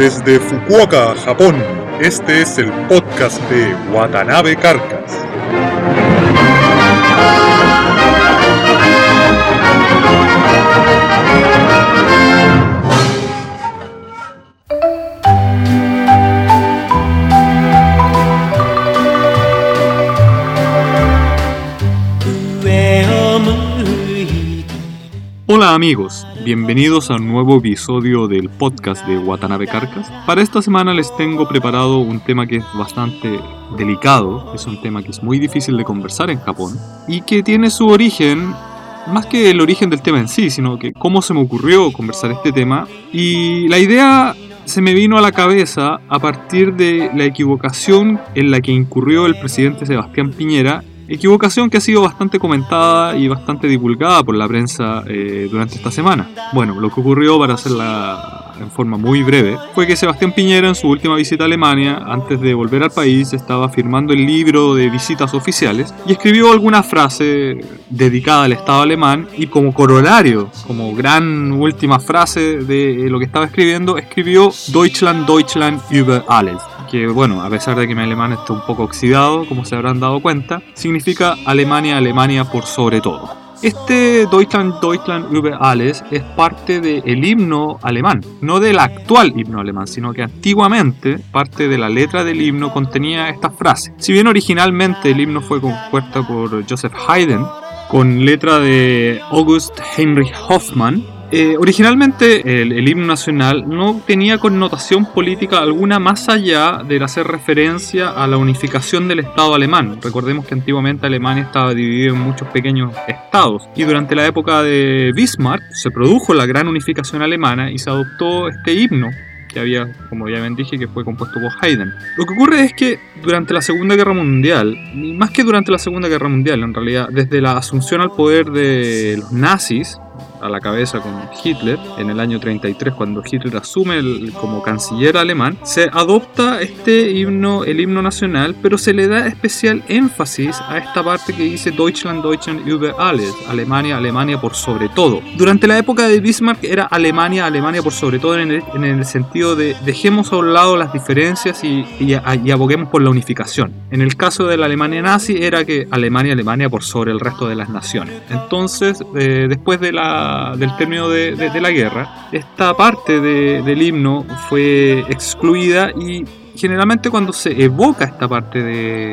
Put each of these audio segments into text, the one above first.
Desde Fukuoka, Japón, este es el podcast de Watanabe Carcas. Hola amigos, bienvenidos a un nuevo episodio del podcast de Watanabe Carcas. Para esta semana les tengo preparado un tema que es bastante delicado, es un tema que es muy difícil de conversar en Japón y que tiene su origen, más que el origen del tema en sí, sino que cómo se me ocurrió conversar este tema. Y la idea se me vino a la cabeza a partir de la equivocación en la que incurrió el presidente Sebastián Piñera. Equivocación que ha sido bastante comentada y bastante divulgada por la prensa durante esta semana. Bueno, lo que ocurrió, para hacerla en forma muy breve, fue que Sebastián Piñera, en su última visita a Alemania, antes de volver al país, estaba firmando el libro de visitas oficiales y escribió alguna frase dedicada al Estado alemán, y como corolario, como gran última frase de lo que estaba escribiendo, escribió Deutschland, Deutschland über alles. Que bueno, a pesar de que mi alemán está un poco oxidado, como se habrán dado cuenta, significa Alemania, Alemania por sobre todo. Este Deutschland, Deutschland über alles es parte del himno alemán, no del actual himno alemán, sino que antiguamente parte de la letra del himno contenía esta frase. Si bien originalmente el himno fue compuesto por Joseph Haydn, con letra de August Heinrich Hoffmann, originalmente el himno nacional no tenía connotación política alguna más allá de hacer referencia a la unificación del Estado alemán. Recordemos que antiguamente Alemania estaba dividida en muchos pequeños estados, y durante la época de Bismarck se produjo la gran unificación alemana y se adoptó este himno que había, como ya bien dije, que fue compuesto por Haydn. Lo que ocurre es que durante la Segunda Guerra Mundial, y más que durante la Segunda Guerra Mundial, en realidad, desde la asunción al poder de los nazis, a la cabeza con Hitler, en el año 33, cuando Hitler asume como canciller alemán, se adopta este himno, el himno nacional, pero se le da especial énfasis a esta parte que dice Deutschland, Deutschland über alles, Alemania, Alemania por sobre todo. Durante la época de Bismarck era Alemania, Alemania por sobre todo, en el sentido de dejemos a un lado las diferencias y aboguemos por la unificación. En el caso de la Alemania nazi era que Alemania, Alemania por sobre el resto de las naciones. Entonces, después del término de la guerra, esta parte del himno fue excluida, y generalmente cuando se evoca esta parte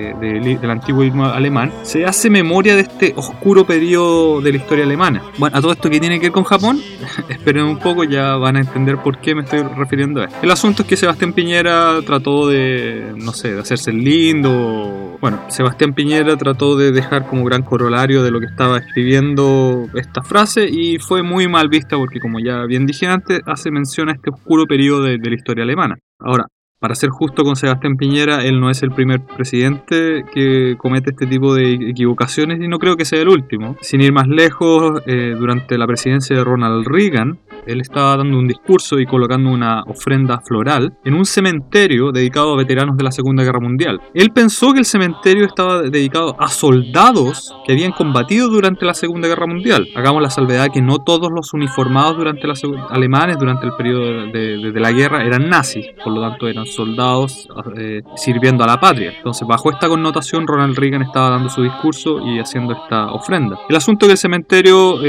del antiguo himno alemán, se hace memoria de este oscuro periodo de la historia alemana. Bueno, a todo esto que tiene que ver con Japón, esperen un poco, ya van a entender por qué me estoy refiriendo a esto. El asunto es que Sebastián Piñera trató de hacerse el lindo. Bueno, Sebastián Piñera trató de dejar como gran corolario de lo que estaba escribiendo esta frase, y fue muy mal vista porque, como ya bien dije antes, hace mención a este oscuro periodo de la historia alemana. Ahora, para ser justo con Sebastián Piñera, él no es el primer presidente que comete este tipo de equivocaciones, y no creo que sea el último. Sin ir más lejos, durante la presidencia de Ronald Reagan, él estaba dando un discurso y colocando una ofrenda floral en un cementerio dedicado a veteranos de la Segunda Guerra Mundial. Él pensó que el cementerio estaba dedicado a soldados que habían combatido durante la Segunda Guerra Mundial. Hagamos la salvedad que no todos los uniformados alemanes durante el periodo de la guerra eran nazis, por lo tanto eran soldados sirviendo a la patria. Entonces, bajo esta connotación, Ronald Reagan estaba dando su discurso y haciendo esta ofrenda. El asunto es que el cementerio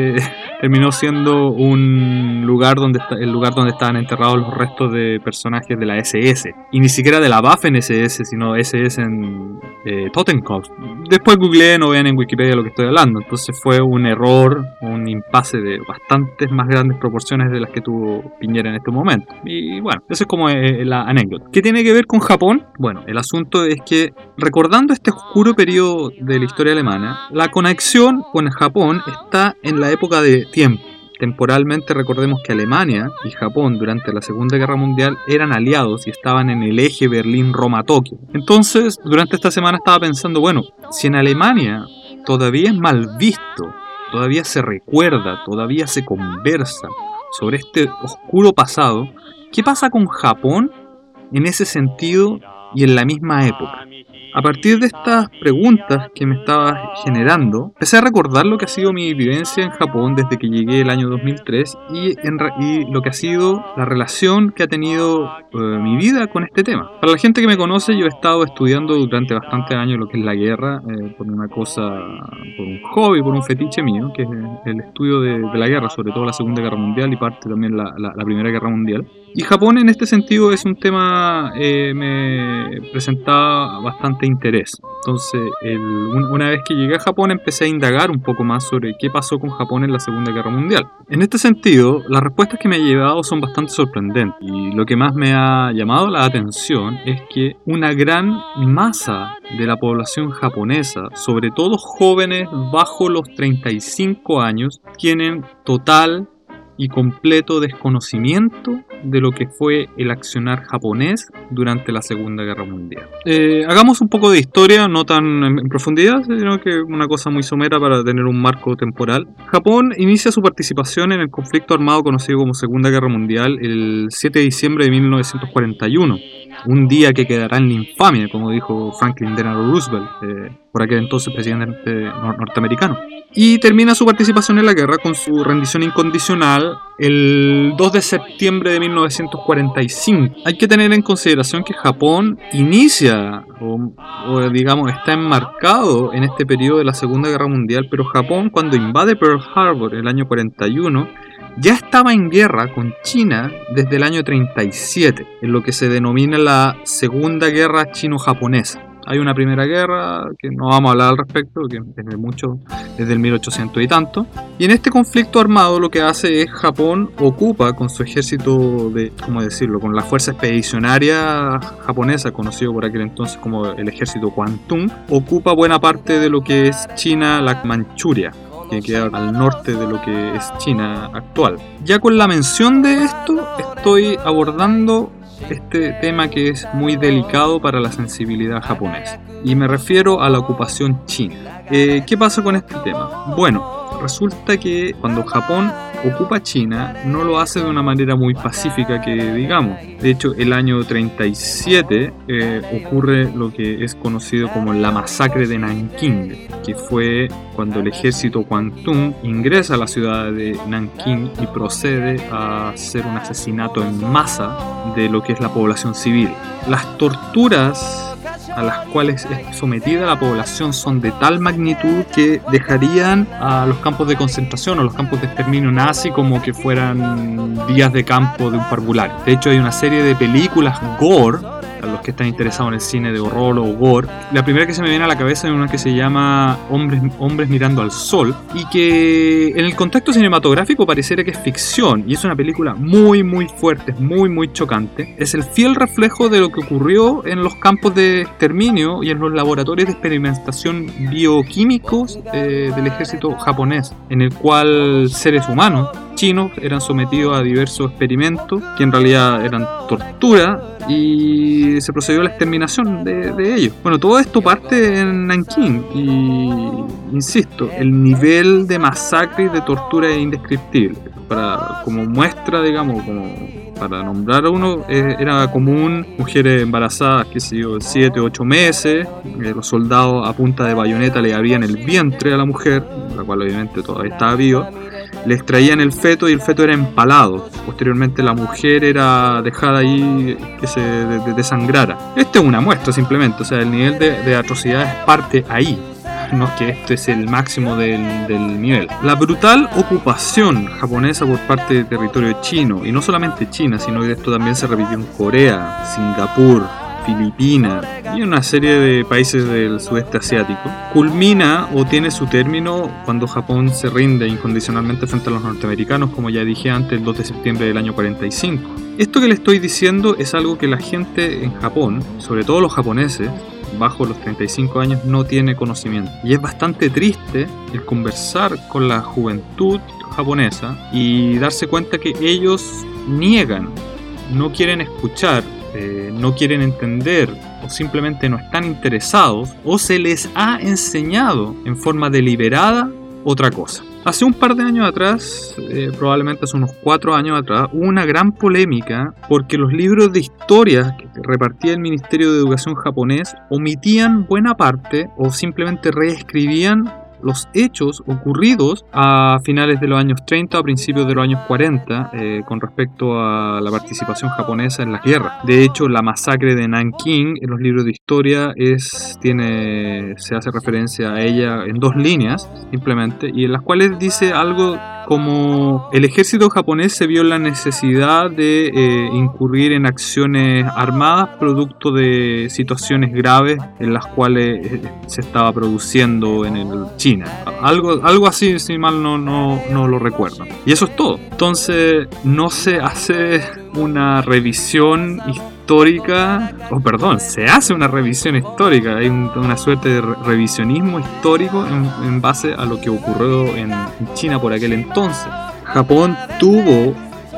terminó siendo el lugar donde estaban enterrados los restos de personajes de la SS, y ni siquiera de la Waffen-SS, sino SS en Totenkopf. Después googleen o vean en Wikipedia lo que estoy hablando. Entonces fue un error, un impasse de bastantes más grandes proporciones de las que tuvo Piñera en este momento. Y bueno, eso es como la anécdota. ¿Qué tiene que ver con Japón? Bueno, el asunto es que, recordando este oscuro periodo de la historia alemana, la conexión con Japón está en la época de tiempo. Temporalmente, recordemos que Alemania y Japón durante la Segunda Guerra Mundial eran aliados y estaban en el eje Berlín-Roma-Tokio. Entonces, durante esta semana estaba pensando, bueno, si en Alemania todavía es mal visto, todavía se recuerda, todavía se conversa sobre este oscuro pasado, ¿qué pasa con Japón en ese sentido y en la misma época? A partir de estas preguntas que me estaba generando, empecé a recordar lo que ha sido mi vivencia en Japón desde que llegué el año 2003 y lo que ha sido la relación que ha tenido mi vida con este tema. Para la gente que me conoce, yo he estado estudiando durante bastantes años lo que es la guerra, por una cosa, por un hobby, por un fetiche mío, que es el estudio de la guerra, sobre todo la Segunda Guerra Mundial y parte también la Primera Guerra Mundial. Y Japón en este sentido es un tema me presentaba bastante interés. Entonces, una vez que llegué a Japón empecé a indagar un poco más sobre qué pasó con Japón en la Segunda Guerra Mundial. En este sentido, las respuestas que me he llevado son bastante sorprendentes. Y lo que más me ha llamado la atención es que una gran masa de la población japonesa, sobre todo jóvenes bajo los 35 años, tienen total y completo desconocimiento de lo que fue el accionar japonés durante la Segunda Guerra Mundial. Hagamos un poco de historia, no tan en profundidad, sino que una cosa muy somera para tener un marco temporal. Japón inicia su participación en el conflicto armado conocido como Segunda Guerra Mundial el 7 de diciembre de 1941. Un día que quedará en la infamia, como dijo Franklin Delano Roosevelt, por aquel entonces presidente norteamericano. Y termina su participación en la guerra con su rendición incondicional el 2 de septiembre de 1945. Hay que tener en consideración que Japón inicia, o digamos, está enmarcado en este periodo de la Segunda Guerra Mundial, pero Japón, cuando invade Pearl Harbor en el año 41, ya estaba en guerra con China desde el año 37, en lo que se denomina la Segunda Guerra Chino-Japonesa. Hay una primera guerra que no vamos a hablar al respecto, que desde el 1800 y tanto. Y en este conflicto armado lo que hace es Japón ocupa con su ejército con la fuerza expedicionaria japonesa, conocido por aquel entonces como el ejército Kwantung, ocupa buena parte de lo que es China, la Manchuria, que queda al norte de lo que es China actual. Ya con la mención de esto, estoy abordando este tema que es muy delicado para la sensibilidad japonesa. Y me refiero a la ocupación china. ¿Qué pasa con este tema? Bueno, resulta que cuando Japón ocupa China, no lo hace de una manera muy pacífica que digamos. De hecho, el año 37 ocurre lo que es conocido como la masacre de Nankín, que fue cuando el ejército Kwantung ingresa a la ciudad de Nankín y procede a hacer un asesinato en masa de lo que es la población civil. Las torturas a las cuales es sometida la población son de tal magnitud que dejarían a los campos de concentración o los campos de exterminio nazi como que fueran días de campo de un parvulario. De hecho, hay una serie de películas gore, a los que están interesados en el cine de horror o gore. La primera que se me viene a la cabeza es una que se llama Hombres mirando al sol, y que en el contexto cinematográfico pareciera que es ficción, y es una película muy muy fuerte, muy muy chocante. Es el fiel reflejo de lo que ocurrió en los campos de exterminio y en los laboratorios de experimentación bioquímicos del ejército japonés, en el cual seres humanos chinos eran sometidos a diversos experimentos que en realidad eran tortura, y se procedió a la exterminación de ellos. Bueno, todo esto parte en Nankín y, insisto, el nivel de masacre y de tortura es indescriptible. Como muestra, digamos, como para nombrar a uno, era común mujeres embarazadas, 7 o 8 meses, los soldados a punta de bayoneta le abrían el vientre a la mujer, la cual obviamente todavía estaba viva, le extraían el feto y el feto era empalado. Posteriormente la mujer era dejada ahí que se desangrara. Esta es una muestra simplemente, o sea, el nivel de atrocidades parte ahí. No es que esto es el máximo del nivel. La brutal ocupación japonesa por parte del territorio chino, y no solamente China, sino que esto también se repitió en Corea, Singapur, Filipinas y una serie de países del sudeste asiático, culmina o tiene su término cuando Japón se rinde incondicionalmente frente a los norteamericanos, como ya dije antes, el 2 de septiembre del año 45. Esto que le estoy diciendo es algo que la gente en Japón, sobre todo los japoneses, bajo los 35 años, no tiene conocimiento. Y es bastante triste el conversar con la juventud japonesa y darse cuenta que ellos niegan, no quieren escuchar, no quieren entender, o simplemente no están interesados, o se les ha enseñado en forma deliberada otra cosa. Hace un par de años atrás, probablemente hace unos 4 años atrás, hubo una gran polémica porque los libros de historia que repartía el Ministerio de Educación japonés omitían buena parte o simplemente reescribían los hechos ocurridos a finales de los años 30 o principios de los años 40 con respecto a la participación japonesa en las guerras. De hecho, la masacre de Nanking en los libros de historia se hace referencia a ella en 2 líneas simplemente, y en las cuales dice algo como: el ejército japonés se vio en la necesidad de incurrir en acciones armadas producto de situaciones graves en las cuales se estaba produciendo en el China. Algo así, si mal no lo recuerdo. Y eso es todo. Entonces no se hace una revisión histórica, se hace una revisión histórica. Hay una suerte de revisionismo histórico en base a lo que ocurrió en China por aquel entonces. Japón tuvo,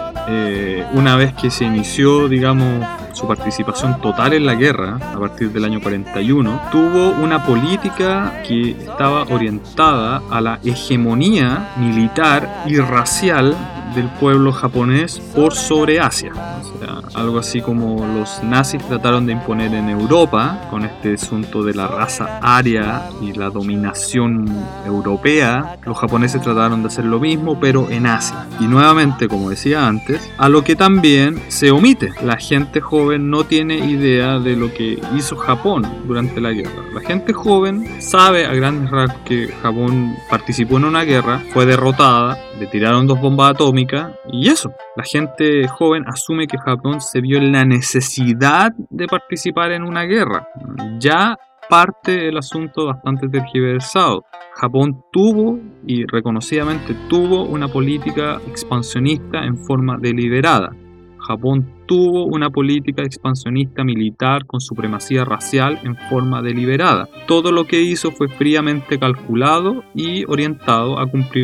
una vez que se inició, digamos, su participación total en la guerra, a partir del año 41, tuvo una política que estaba orientada a la hegemonía militar y racial del pueblo japonés por sobre Asia. O sea, algo así como los nazis trataron de imponer en Europa con este asunto de la raza aria y la dominación europea. Los japoneses trataron de hacer lo mismo, pero en Asia. Y nuevamente, como decía antes, a lo que también se omite. La gente joven no tiene idea de lo que hizo Japón durante la guerra. La gente joven sabe a grandes rasgos que Japón participó en una guerra, fue derrotada, le tiraron 2 bombas atómicas y eso. La gente joven asume que Japón se vio en la necesidad de participar en una guerra. Ya parte el asunto bastante tergiversado. Japón tuvo, y reconocidamente tuvo, una política expansionista en forma deliberada. Japón tuvo una política expansionista militar con supremacía racial en forma deliberada. Todo lo que hizo fue fríamente calculado y orientado a cumplir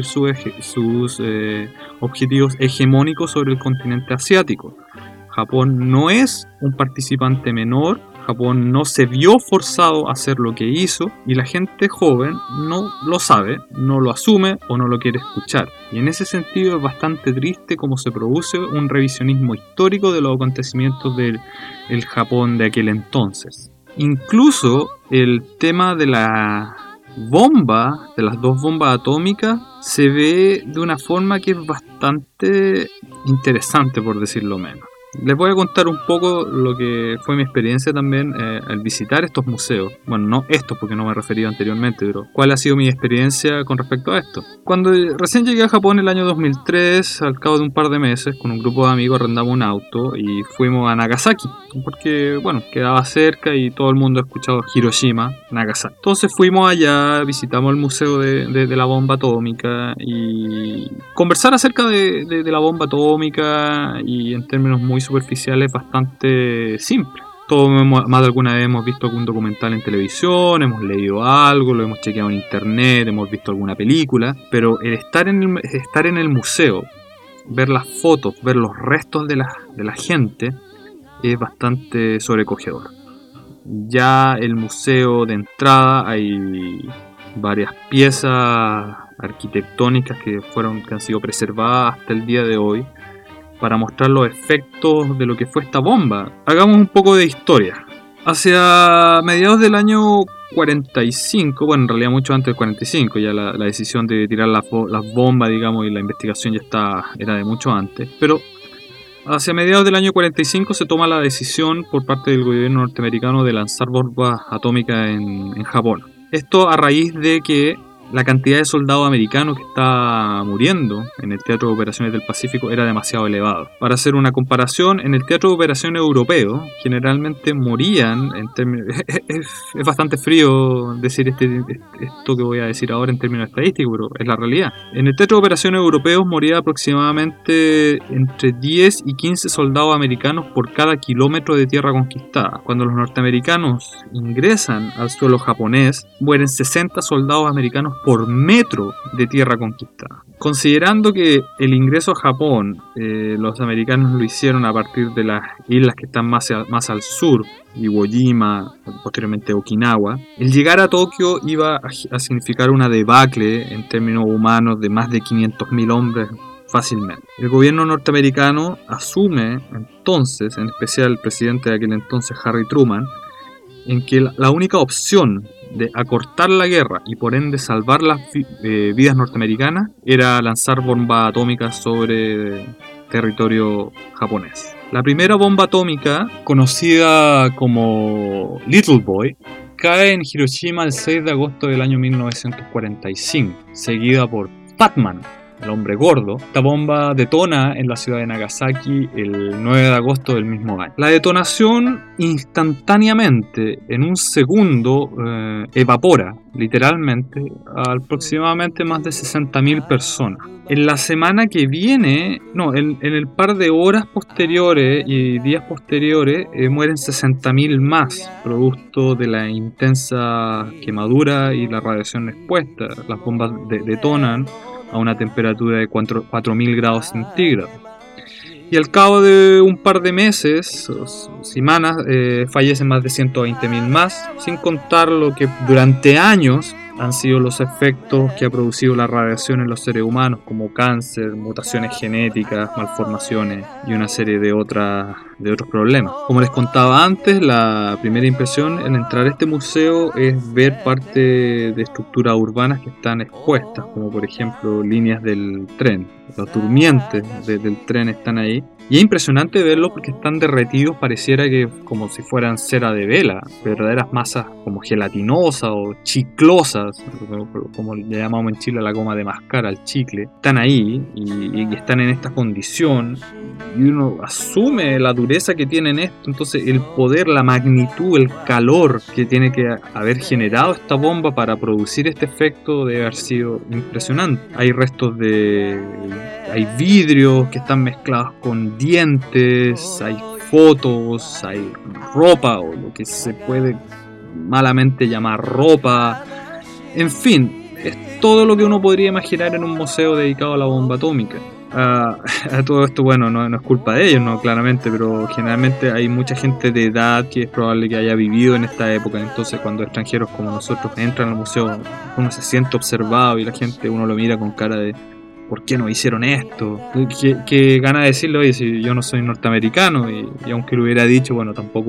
sus objetivos hegemónicos sobre el continente asiático. Japón no es un participante menor. Japón no se vio forzado a hacer lo que hizo, y la gente joven no lo sabe, no lo asume o no lo quiere escuchar. Y en ese sentido es bastante triste cómo se produce un revisionismo histórico de los acontecimientos del Japón de aquel entonces. Incluso el tema de la bomba, de las 2 bombas atómicas, se ve de una forma que es bastante interesante, por decirlo menos. Les voy a contar un poco lo que fue mi experiencia también al visitar estos museos. Bueno, no estos porque no me refería anteriormente, pero ¿cuál ha sido mi experiencia con respecto a esto? Cuando recién llegué a Japón el año 2003, al cabo de un par de meses, con un grupo de amigos arrendamos un auto y fuimos a Nagasaki, porque, bueno, quedaba cerca y todo el mundo ha escuchado Hiroshima, Nagasaki. Entonces fuimos allá, visitamos el museo de la bomba atómica y conversar acerca de la bomba atómica, y en términos muy superficiales, bastante simple. Todos más de alguna vez hemos visto algún documental en televisión, hemos leído algo, lo hemos chequeado en internet, hemos visto alguna película, pero el estar en el museo, ver las fotos, ver los restos de la gente, es bastante sobrecogedor. Ya el museo de entrada hay varias piezas arquitectónicas que han sido preservadas hasta el día de hoy, para mostrar los efectos de lo que fue esta bomba. Hagamos un poco de historia. Hacia mediados del año 45, bueno, en realidad mucho antes del 45, ya la decisión de tirar las bombas, digamos, y la investigación era de mucho antes, pero hacia mediados del año 45 se toma la decisión por parte del gobierno norteamericano de lanzar bombas atómicas en Japón. Esto a raíz de que la cantidad de soldados americanos que está muriendo en el Teatro de Operaciones del Pacífico era demasiado elevado. Para hacer una comparación, en el Teatro de Operaciones Europeo generalmente morían, es bastante frío decir esto que voy a decir ahora en términos estadísticos, pero es la realidad. En el Teatro de Operaciones Europeos moría aproximadamente entre 10 y 15 soldados americanos por cada kilómetro de tierra conquistada. Cuando los norteamericanos ingresan al suelo japonés, mueren 60 soldados americanos por metro de tierra conquistada. Considerando que el ingreso a Japón, los americanos lo hicieron a partir de las islas que están más al sur, Iwo Jima, posteriormente Okinawa, el llegar a Tokio iba a significar una debacle en términos humanos de más de 500.000 hombres fácilmente. El gobierno norteamericano asume entonces, en especial el presidente de aquel entonces, Harry Truman, en que la única opción de acortar la guerra y por ende salvar las vidas norteamericanas era lanzar bombas atómicas sobre territorio japonés. La primera bomba atómica, conocida como Little Boy, cae en Hiroshima el 6 de agosto del año 1945, seguida por Fat Man, el hombre gordo. Esta bomba detona en la ciudad de Nagasaki el 9 de agosto del mismo año. La detonación instantáneamente, en un segundo, evapora literalmente a aproximadamente más de 60.000 personas. En la semana que viene, en el par de horas posteriores y días posteriores, mueren 60.000 más, producto de la intensa quemadura y la radiación expuesta. Las bombas detonan a una temperatura de 4.000 grados centígrados. Y al cabo de un par de meses o semanas fallecen más de 120.000 más, sin contar lo que durante años han sido los efectos que ha producido la radiación en los seres humanos, como cáncer, mutaciones genéticas, malformaciones y una serie de otros problemas. Como les contaba antes, la primera impresión al entrar a este museo es ver parte de estructuras urbanas que están expuestas, como por ejemplo líneas del tren. Los durmientes del tren están ahí. Y es impresionante verlos porque están derretidos, pareciera que como si fueran cera de vela, verdaderas masas como gelatinosas o chiclosas, como le llamamos en Chile a la goma de mascar, al chicle. Están ahí y están en esta condición y uno asume la dureza que tienen esto, entonces el poder, la magnitud, el calor que tiene que haber generado esta bomba para producir este efecto debe haber sido impresionante. Hay restos hay vidrios que están mezclados con dientes, hay fotos, hay ropa o lo que se puede malamente llamar ropa, en fin, es todo lo que uno podría imaginar en un museo dedicado a la bomba atómica. A todo esto, bueno, no es culpa de ellos, no, claramente, pero generalmente hay mucha gente de edad que es probable que haya vivido en esta época, entonces cuando extranjeros como nosotros entran al museo, uno se siente observado y la gente, uno lo mira con cara de ¿por qué no hicieron esto? Que gana de decirlo, oye, si yo no soy norteamericano y aunque lo hubiera dicho, bueno, tampoco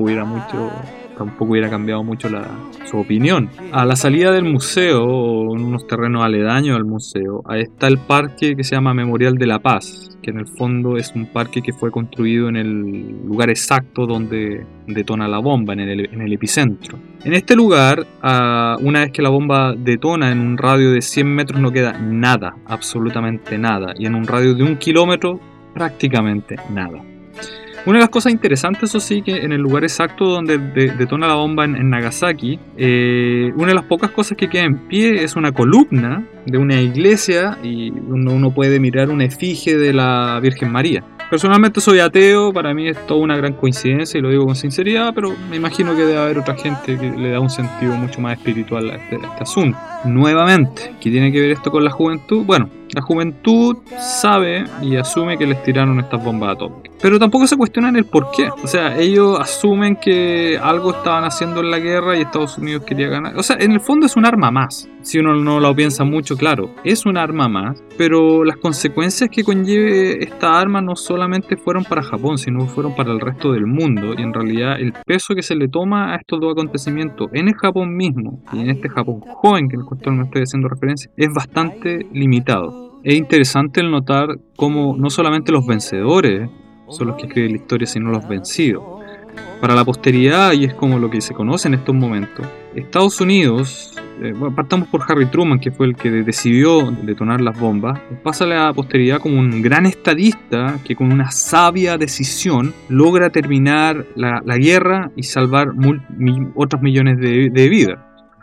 hubiera cambiado mucho su opinión. A la salida del museo, o en unos terrenos aledaños al museo, ahí está el parque que se llama Memorial de la Paz, que en el fondo es un parque que fue construido en el lugar exacto donde detona la bomba, en el epicentro. En este lugar, una vez que la bomba detona en un radio de 100 metros no queda nada, absolutamente nada, y en un radio de 1 kilómetro prácticamente nada. Una de las cosas interesantes, eso sí, que en el lugar exacto donde detona la bomba en Nagasaki, una de las pocas cosas que queda en pie es una columna de una iglesia y uno puede mirar una efigie de la Virgen María. Personalmente soy ateo, para mí es toda una gran coincidencia y lo digo con sinceridad, pero me imagino que debe haber otra gente que le da un sentido mucho más espiritual a este asunto. Nuevamente, ¿qué tiene que ver esto con la juventud? Bueno, la juventud sabe y asume que les tiraron estas bombas atómicas, pero tampoco se cuestionan el por qué. O sea, ellos asumen que algo estaban haciendo en la guerra y Estados Unidos quería ganar. O sea, en el fondo es un arma más. Si uno no lo piensa mucho, claro, es un arma más, pero las consecuencias que conlleve esta arma no solamente fueron para Japón, sino fueron para el resto del mundo, y en realidad el peso que se le toma a estos dos acontecimientos en el Japón mismo y en este Japón joven que en el cual me estoy haciendo referencia es bastante limitado. Es interesante el notar cómo no solamente los vencedores son los que escriben la historia, sino los vencidos. Para la posteridad, y es como lo que se conoce en estos momentos, Estados Unidos, partamos por Harry Truman, que fue el que decidió detonar las bombas, pasa a la posteridad como un gran estadista que con una sabia decisión logra terminar la guerra y salvar otros millones de vidas.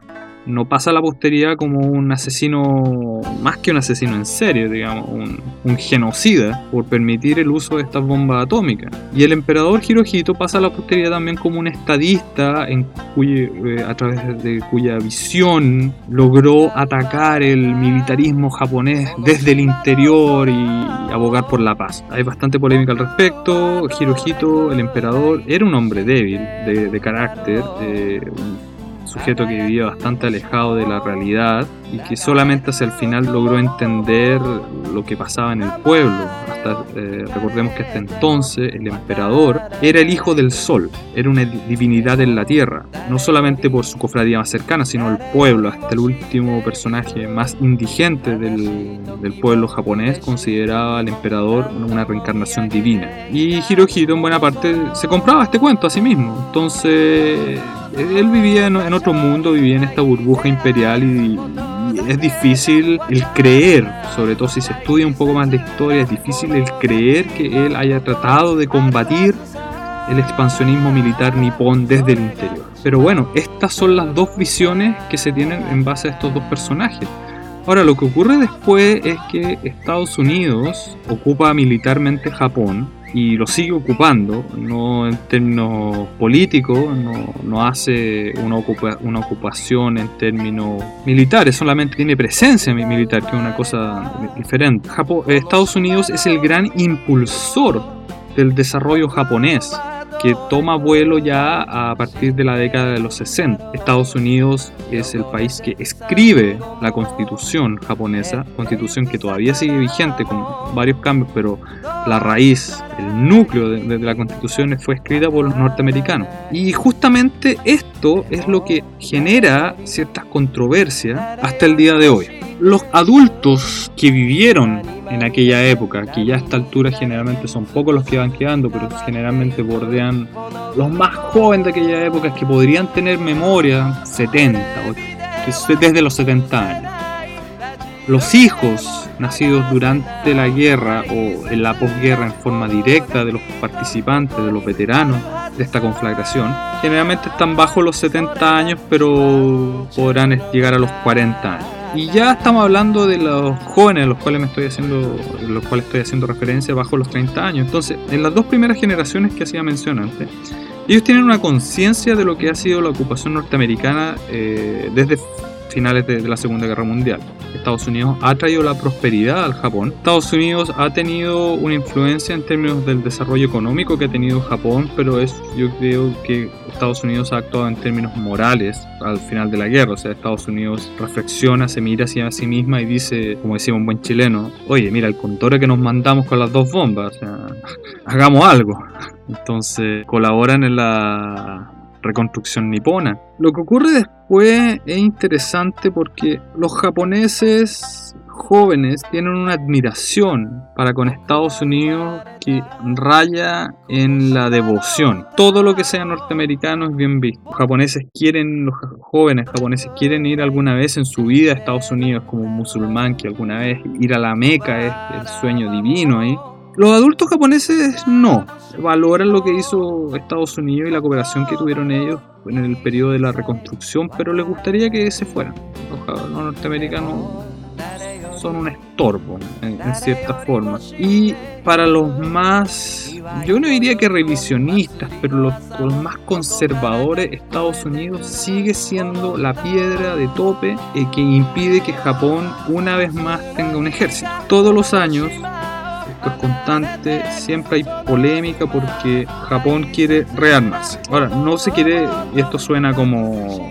no pasa a la posteridad como un asesino, más que un asesino en serie, digamos, un genocida por permitir el uso de estas bombas atómicas. Y el emperador Hirohito pasa a la posteridad también como un estadista a través de cuya visión logró atacar el militarismo japonés desde el interior y abogar por la paz. Hay bastante polémica al respecto. Hirohito, el emperador, era un hombre débil de carácter, un sujeto que vivía bastante alejado de la realidad y que solamente hacia el final logró entender lo que pasaba en el pueblo. Recordemos que hasta entonces el emperador era el hijo del sol, era una divinidad en la tierra, no solamente por su cofradía más cercana, sino el pueblo, hasta el último personaje más indigente del pueblo japonés consideraba al emperador una reencarnación divina. Y Hirohito en buena parte se compraba este cuento a sí mismo. Entonces él vivía en otro mundo, vivía en esta burbuja imperial y es difícil el creer, sobre todo si se estudia un poco más de historia, es difícil el creer que él haya tratado de combatir el expansionismo militar nipón desde el interior. Pero bueno, estas son las dos visiones que se tienen en base a estos dos personajes. Ahora, lo que ocurre después es que Estados Unidos ocupa militarmente Japón y lo sigue ocupando, no en términos políticos, no hace una ocupación en términos militares, solamente tiene presencia militar, que es una cosa diferente. Estados Unidos es el gran impulsor del desarrollo japonés, que toma vuelo ya a partir de la década de los 60. Estados Unidos es el país que escribe la constitución japonesa, constitución que todavía sigue vigente con varios cambios, pero la raíz, el núcleo de la constitución fue escrita por los norteamericanos. Y justamente esto es lo que genera ciertas controversias hasta el día de hoy. Los adultos que vivieron en aquella época, que ya a esta altura generalmente son pocos los que van quedando, pero generalmente bordean los más jóvenes de aquella época, que podrían tener memoria 70, desde los 70 años. Los hijos nacidos durante la guerra o en la posguerra en forma directa de los participantes, de los veteranos de esta conflagración, generalmente están bajo los 70 años, pero podrán llegar a los 40 años. Y ya estamos hablando de los jóvenes a los cuales estoy haciendo referencia bajo los 30 años. Entonces, en las dos primeras generaciones que hacía mención antes, ellos tienen una conciencia de lo que ha sido la ocupación norteamericana desde finales de la Segunda Guerra Mundial. Estados Unidos ha traído la prosperidad al Japón. Estados Unidos ha tenido una influencia en términos del desarrollo económico que ha tenido Japón, pero yo creo que Estados Unidos ha actuado en términos morales al final de la guerra. O sea, Estados Unidos reflexiona, se mira hacia sí misma y dice, como decía un buen chileno, oye, mira el contore que nos mandamos con las dos bombas, o sea, hagamos algo. Entonces colaboran en la reconstrucción nipona. Lo que ocurre después es interesante porque los japoneses jóvenes tienen una admiración para con Estados Unidos que raya en la devoción. Todo lo que sea norteamericano es bien visto. Los jóvenes japoneses quieren ir alguna vez en su vida a Estados Unidos como un musulmán, que alguna vez ir a la Meca es el sueño divino ahí. Los adultos japoneses no valoran lo que hizo Estados Unidos y la cooperación que tuvieron ellos en el periodo de la reconstrucción, pero les gustaría que se fueran. Los norteamericanos son un estorbo en cierta forma. Y para los más, yo no diría que revisionistas, pero los más conservadores, Estados Unidos sigue siendo la piedra de tope que impide que Japón una vez más tenga un ejército. Todos los años, es constante, siempre hay polémica porque Japón quiere rearmarse. Ahora, no se quiere, y esto suena como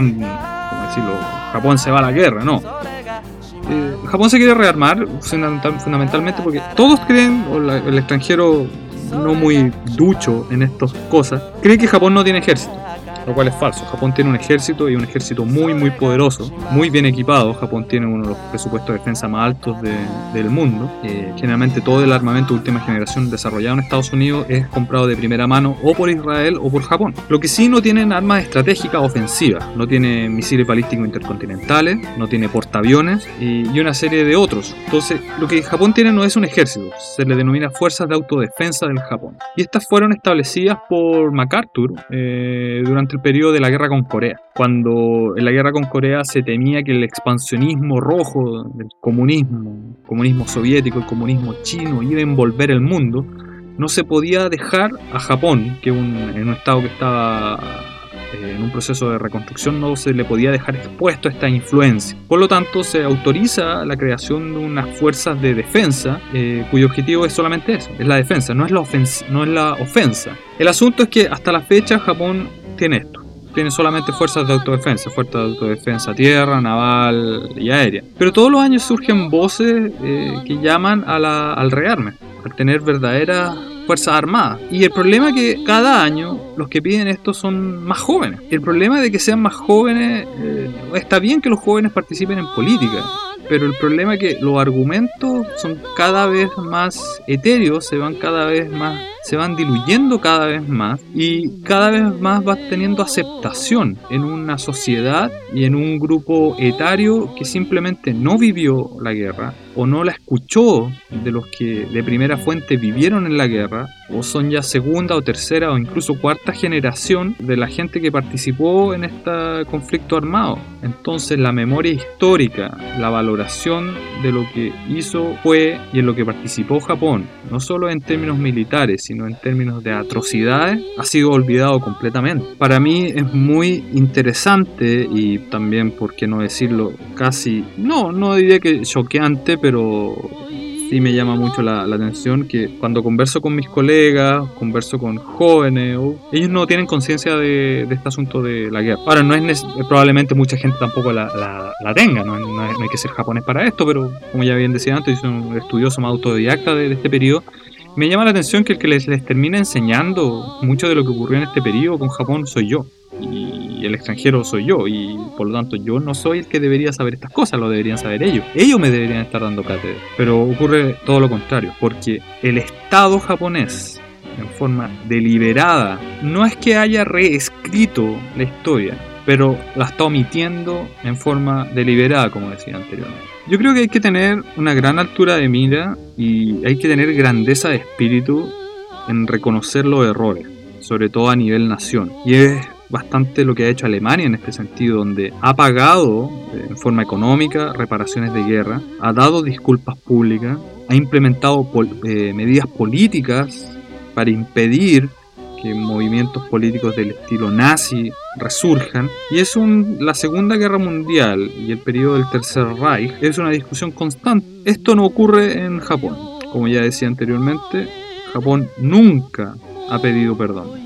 Japón se va a la guerra, no. Japón se quiere rearmar fundamentalmente porque todos creen, o el extranjero no muy ducho en estas cosas, cree que Japón no tiene ejército. Lo cual es falso. Japón tiene un ejército y un ejército muy muy poderoso, muy bien equipado. Japón tiene uno de los presupuestos de defensa más altos del mundo. Generalmente todo el armamento de última generación desarrollado en Estados Unidos es comprado de primera mano o por Israel o por Japón. Lo que sí, no tienen armas estratégicas ofensivas, no tiene misiles balísticos intercontinentales, no tiene portaaviones y una serie de otros. Entonces, lo que Japón tiene no es un ejército, se le denomina Fuerzas de Autodefensa del Japón. Y estas fueron establecidas por MacArthur durante durante el periodo de la guerra con Corea. Cuando en la guerra con Corea se temía que el expansionismo rojo del comunismo soviético, el comunismo chino, iba a envolver el mundo, no se podía dejar a Japón, que en un estado que estaba en un proceso de reconstrucción, no se le podía dejar expuesto a esta influencia. Por lo tanto, se autoriza la creación de unas fuerzas de defensa cuyo objetivo es solamente eso, es la defensa, no es la ofensa. El asunto es que hasta la fecha Japón tiene esto. Tiene solamente fuerzas de autodefensa tierra, naval y aérea. Pero todos los años surgen voces que llaman al rearme, al tener verdaderas fuerzas armadas. Y el problema es que cada año los que piden esto son más jóvenes. El problema de que sean más jóvenes, está bien que los jóvenes participen en política, pero el problema es que los argumentos son cada vez más etéreos, se van diluyendo cada vez más y cada vez más va teniendo aceptación en una sociedad y en un grupo etario que simplemente no vivió la guerra o no la escuchó de los que de primera fuente vivieron en la guerra, o son ya segunda o tercera o incluso cuarta generación de la gente que participó en este conflicto armado. Entonces la memoria histórica, la valoración de lo que hizo, fue y en lo que participó Japón, no solo en términos militares, sino en términos de atrocidades, ha sido olvidado completamente. Para mí es muy interesante y también, por qué no decirlo, casi, no diría que choqueante, pero sí me llama mucho la atención que cuando converso con mis colegas, converso con jóvenes, ellos no tienen conciencia de este asunto de la guerra. Ahora, probablemente mucha gente tampoco la tenga, no hay que ser japonés para esto, pero como ya bien decía antes, yo soy un estudioso más autodidacta de este periodo. Me llama la atención que el que les termina enseñando mucho de lo que ocurrió en este periodo con Japón soy yo. Y el extranjero soy yo, y por lo tanto yo no soy el que debería saber estas cosas, lo deberían saber ellos me deberían estar dando cátedra, pero ocurre todo lo contrario, porque el Estado japonés, en forma deliberada, no es que haya reescrito la historia, pero la está omitiendo en forma deliberada, como decía anteriormente. Yo creo que hay que tener una gran altura de mira y hay que tener grandeza de espíritu en reconocer los errores, sobre todo a nivel nación, y es bastante lo que ha hecho Alemania en este sentido, donde ha pagado en forma económica reparaciones de guerra, ha dado disculpas públicas, ha implementado medidas políticas para impedir que movimientos políticos del estilo nazi resurjan, y es la Segunda Guerra Mundial y el periodo del Tercer Reich es una discusión constante. Esto no ocurre en Japón. Como ya decía anteriormente, Japón nunca ha pedido perdón.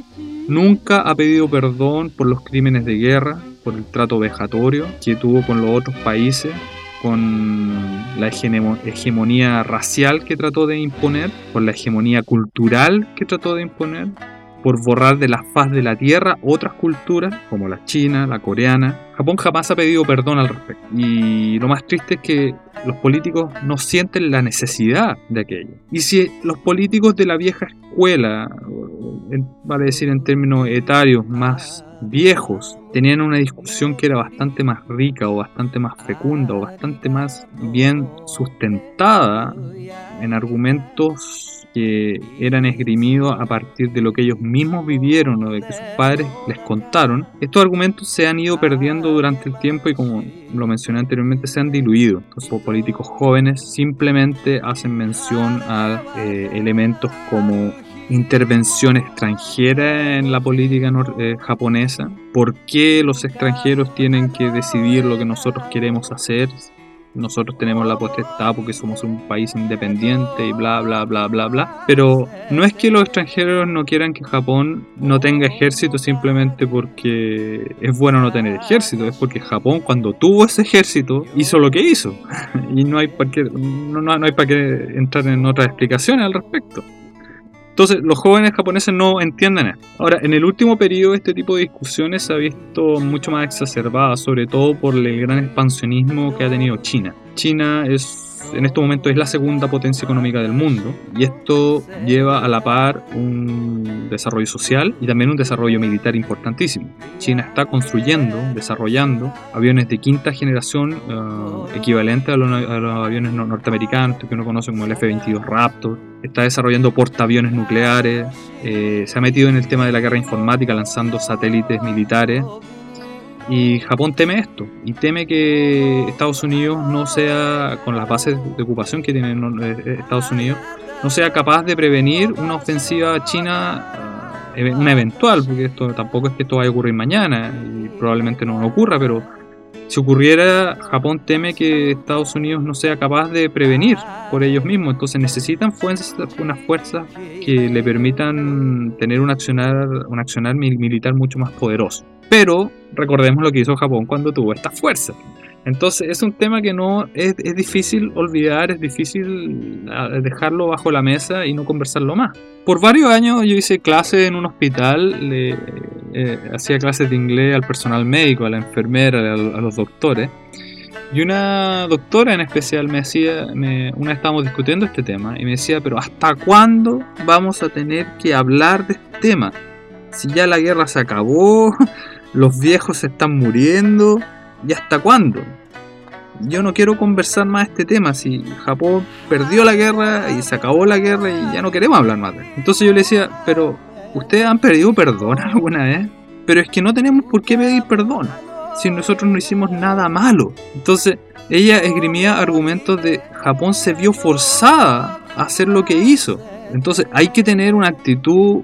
Nunca ha pedido perdón por los crímenes de guerra, por el trato vejatorio que tuvo con los otros países, con la hegemonía racial que trató de imponer, por la hegemonía cultural que trató de imponer, por borrar de la faz de la tierra otras culturas, como la china, la coreana. Japón jamás ha pedido perdón al respecto. Y lo más triste es que los políticos no sienten la necesidad de aquello. Y si los políticos de la vieja escuela, vale decir en términos etarios más viejos, tenían una discusión que era bastante más rica o bastante más fecunda o bastante más bien sustentada en argumentos que eran esgrimidos a partir de lo que ellos mismos vivieron o de que sus padres les contaron, estos argumentos se han ido perdiendo durante el tiempo y, como lo mencioné anteriormente, se han diluido. Los políticos jóvenes simplemente hacen mención a elementos como intervención extranjera en la política japonesa. ¿Por qué los extranjeros tienen que decidir lo que nosotros queremos hacer? Nosotros tenemos la potestad porque somos un país independiente y bla bla bla bla bla. Pero no es que los extranjeros no quieran que Japón no tenga ejército simplemente porque es bueno no tener ejército, es porque Japón, cuando tuvo ese ejército, hizo lo que hizo. Y no hay para qué entrar en otras explicaciones al respecto. Entonces, los jóvenes japoneses no entienden esto. Ahora, en el último periodo, este tipo de discusiones se ha visto mucho más exacerbada, sobre todo por el gran expansionismo que ha tenido China. China es en este momento es la segunda potencia económica del mundo, y esto lleva a la par un desarrollo social y también un desarrollo militar importantísimo. China está construyendo, desarrollando aviones de quinta generación equivalente a los aviones norteamericanos que uno conoce como el F-22 Raptor. Está desarrollando portaaviones nucleares, se ha metido en el tema de la guerra informática lanzando satélites militares. Y Japón teme esto, y teme que Estados Unidos no sea, con las bases de ocupación que tiene Estados Unidos, no sea capaz de prevenir una ofensiva china, una eventual, porque esto tampoco es que esto vaya a ocurrir mañana, y probablemente no ocurra, pero si ocurriera, Japón teme que Estados Unidos no sea capaz de prevenir por ellos mismos. Entonces necesitan unas fuerzas que le permitan tener un accionar militar mucho más poderoso. Pero recordemos lo que hizo Japón cuando tuvo estas fuerzas. Entonces es un tema que no es difícil olvidar, es difícil dejarlo bajo la mesa y no conversarlo más. Por varios años yo hice clases en un hospital, hacía clases de inglés al personal médico, a la enfermera, a los doctores. Y una doctora en especial una vez estábamos discutiendo este tema y me decía, pero ¿hasta cuándo vamos a tener que hablar de este tema? Si ya la guerra se acabó, los viejos se están muriendo, ¿y hasta cuándo? Yo no quiero conversar más de este tema. Si Japón perdió la guerra y se acabó la guerra y ya no queremos hablar más de él. Entonces yo le decía, pero ¿ustedes han pedido perdón alguna vez? Pero es que no tenemos por qué pedir perdón si nosotros no hicimos nada malo. Entonces ella esgrimía argumentos de Japón se vio forzada a hacer lo que hizo. Entonces hay que tener una actitud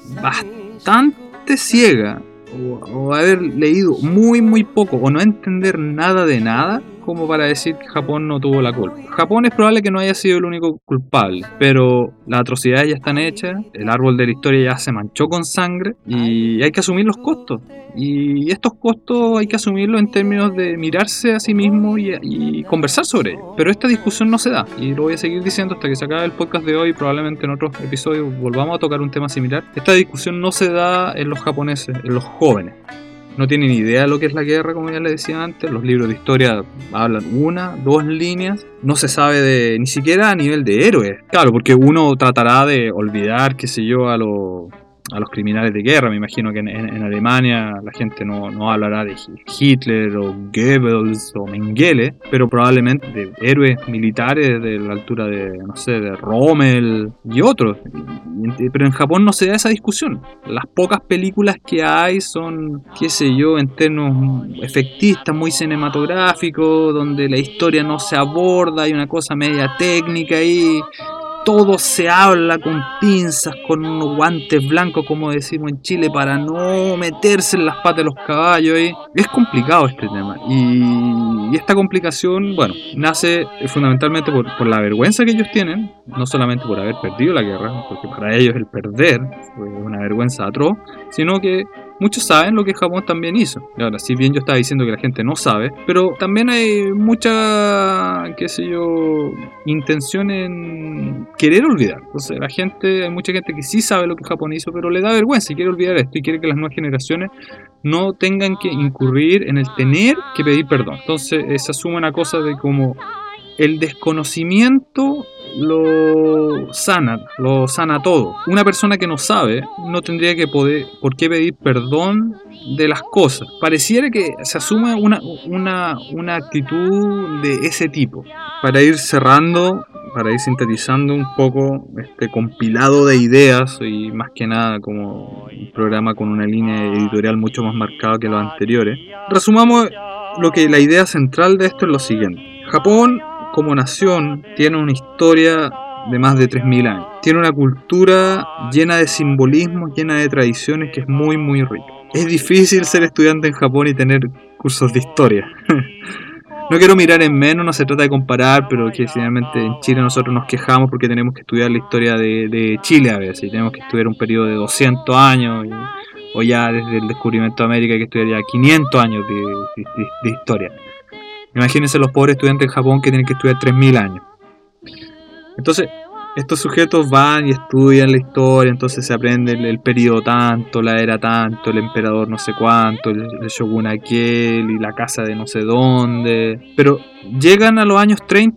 bastante ciega o haber leído muy poco o no entender nada de nada como para decir que Japón no tuvo la culpa. Japón es probable que no haya sido el único culpable, pero las atrocidades ya están hechas, el árbol de la historia ya se manchó con sangre y hay que asumir los costos. Y estos costos hay que asumirlos en términos de mirarse a sí mismo y conversar sobre ello. Pero esta discusión no se da, y lo voy a seguir diciendo hasta que se acabe el podcast de hoy. Probablemente en otros episodios volvamos a tocar un tema similar. Esta discusión no se da en los japoneses, en los jóvenes. No tienen idea de lo que es la guerra, como ya les decía antes. Los libros de historia hablan 1, 2 líneas. No se sabe ni siquiera a nivel de héroes. Claro, porque uno tratará de olvidar, qué sé yo, a los criminales de guerra. Me imagino que en Alemania la gente no hablará de Hitler o Goebbels o Mengele, pero probablemente de héroes militares de la altura de, no sé, de Rommel y otros. Pero en Japón no se da esa discusión. Las pocas películas que hay son, qué sé yo, en términos efectistas, muy cinematográficos, donde la historia no se aborda, hay una cosa media técnica ahí. Todo se habla con pinzas, con unos guantes blancos, como decimos en Chile, para no meterse en las patas de los caballos. Es complicado este tema. Y esta complicación, bueno, nace fundamentalmente por la vergüenza que ellos tienen, no solamente por haber perdido la guerra, porque para ellos el perder fue una vergüenza atroz, sino que muchos saben lo que Japón también hizo. Y ahora, si bien yo estaba diciendo que la gente no sabe, pero también hay mucha, qué sé yo, intención en querer olvidar. Entonces hay mucha gente que sí sabe lo que Japón hizo, pero le da vergüenza y quiere olvidar esto y quiere que las nuevas generaciones no tengan que incurrir en el tener que pedir perdón. Entonces se asume una cosa de como el desconocimiento lo sana todo. Una persona que no sabe no tendría por qué pedir perdón de las cosas. Pareciera que se asume una actitud de ese tipo. Para ir cerrando, para ir sintetizando un poco este compilado de ideas, y más que nada como un programa con una línea editorial mucho más marcada que los anteriores, resumamos la idea central de esto es lo siguiente. Japón como nación tiene una historia de más de 3.000 años. Tiene una cultura llena de simbolismos, llena de tradiciones que es muy rica. Es difícil ser estudiante en Japón y tener cursos de historia. No quiero mirar en menos, no se trata de comparar, pero que finalmente en Chile nosotros nos quejamos porque tenemos que estudiar la historia de Chile a veces, y tenemos que estudiar un periodo de 200 años, o ya desde el descubrimiento de América hay que estudiar ya 500 años de historia. Imagínense los pobres estudiantes en Japón que tienen que estudiar 3.000 años. Entonces, estos sujetos van y estudian la historia, entonces se aprende el periodo tanto, la era tanto, el emperador no sé cuánto, el shogun aquel y la casa de no sé dónde. Pero llegan a los años 30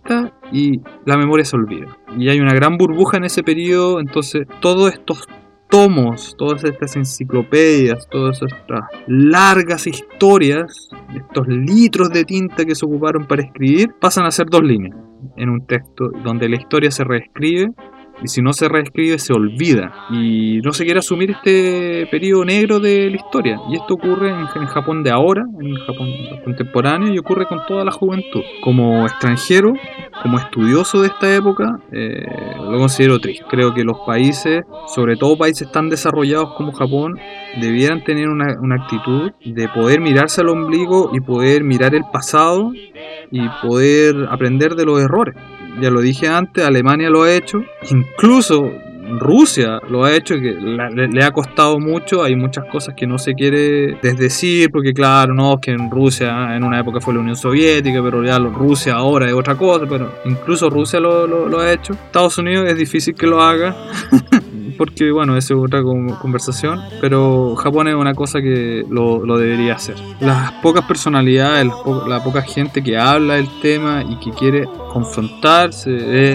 y la memoria se olvida. Y hay una gran burbuja en ese periodo, entonces todos estos tomos, todas estas enciclopedias, todas estas largas historias, estos litros de tinta que se ocuparon para escribir, pasan a ser 2 líneas en un texto donde la historia se reescribe. Y si no se reescribe, se olvida. Y no se quiere asumir este periodo negro de la historia. Y esto ocurre en Japón de ahora, en el Japón contemporáneo, y ocurre con toda la juventud. Como extranjero, como estudioso de esta época, lo considero triste. Creo que los países, sobre todo países tan desarrollados como Japón, debieran tener una actitud de poder mirarse al ombligo y poder mirar el pasado y poder aprender de los errores. Ya lo dije antes, Alemania lo ha hecho, incluso Rusia lo ha hecho, que le ha costado mucho. Hay muchas cosas que no se quiere desdecir, porque claro, no, es que en Rusia en una época fue la Unión Soviética, pero ya Rusia ahora es otra cosa, pero incluso Rusia lo ha hecho. Estados Unidos es difícil que lo haga, porque bueno, esa es otra conversación, pero Japón es una cosa que lo debería hacer. Las pocas personalidades, la poca gente que habla del tema y que quiere confrontar, se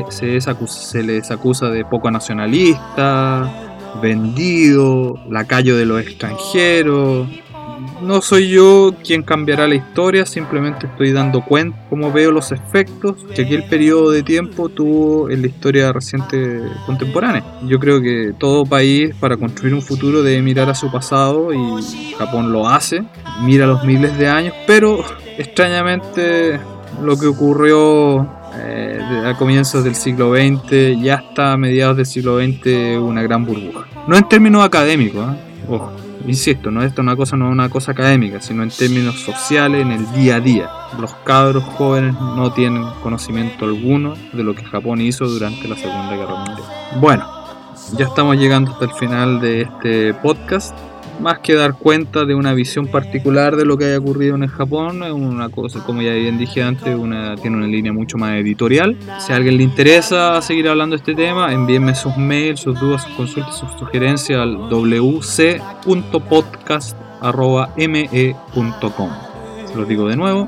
les acusa de poco nacionalista, vendido, lacayo de los extranjeros. No soy yo quien cambiará la historia, simplemente estoy dando cuenta cómo veo los efectos que aquel periodo de tiempo tuvo en la historia reciente contemporánea. Yo creo que todo país, para construir un futuro, debe mirar a su pasado, y Japón lo hace, mira los miles de años, pero extrañamente lo que ocurrió a comienzos del siglo XX y hasta mediados del siglo XX, una gran burbuja. No en términos académicos, ojo. Insisto, no es una cosa académica, sino en términos sociales, en el día a día. Los cabros jóvenes no tienen conocimiento alguno de lo que Japón hizo durante la Segunda Guerra Mundial. Bueno, ya estamos llegando hasta el final de este podcast. Más que dar cuenta de una visión particular de lo que haya ocurrido en el Japón, es una cosa, como ya bien dije antes, tiene una línea mucho más editorial. Si a alguien le interesa seguir hablando de este tema, envíenme sus mails, sus dudas, sus consultas, sus sugerencias al wc.podcast@me.com. Se los digo de nuevo,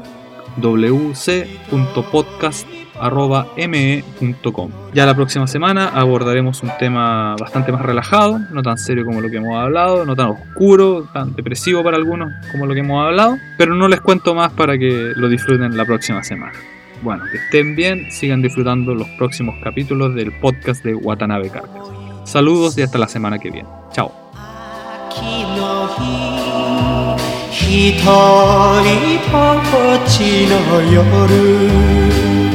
wc.podcast@me.com. Ya la próxima semana abordaremos un tema bastante más relajado, no tan serio como lo que hemos hablado, no tan oscuro, tan depresivo para algunos como lo que hemos hablado, pero no les cuento más para que lo disfruten la próxima semana. Bueno, que estén bien, sigan disfrutando los próximos capítulos del podcast de Watanabe Carcas. Saludos y hasta la semana que viene. Chao. ひとりぼっちの夜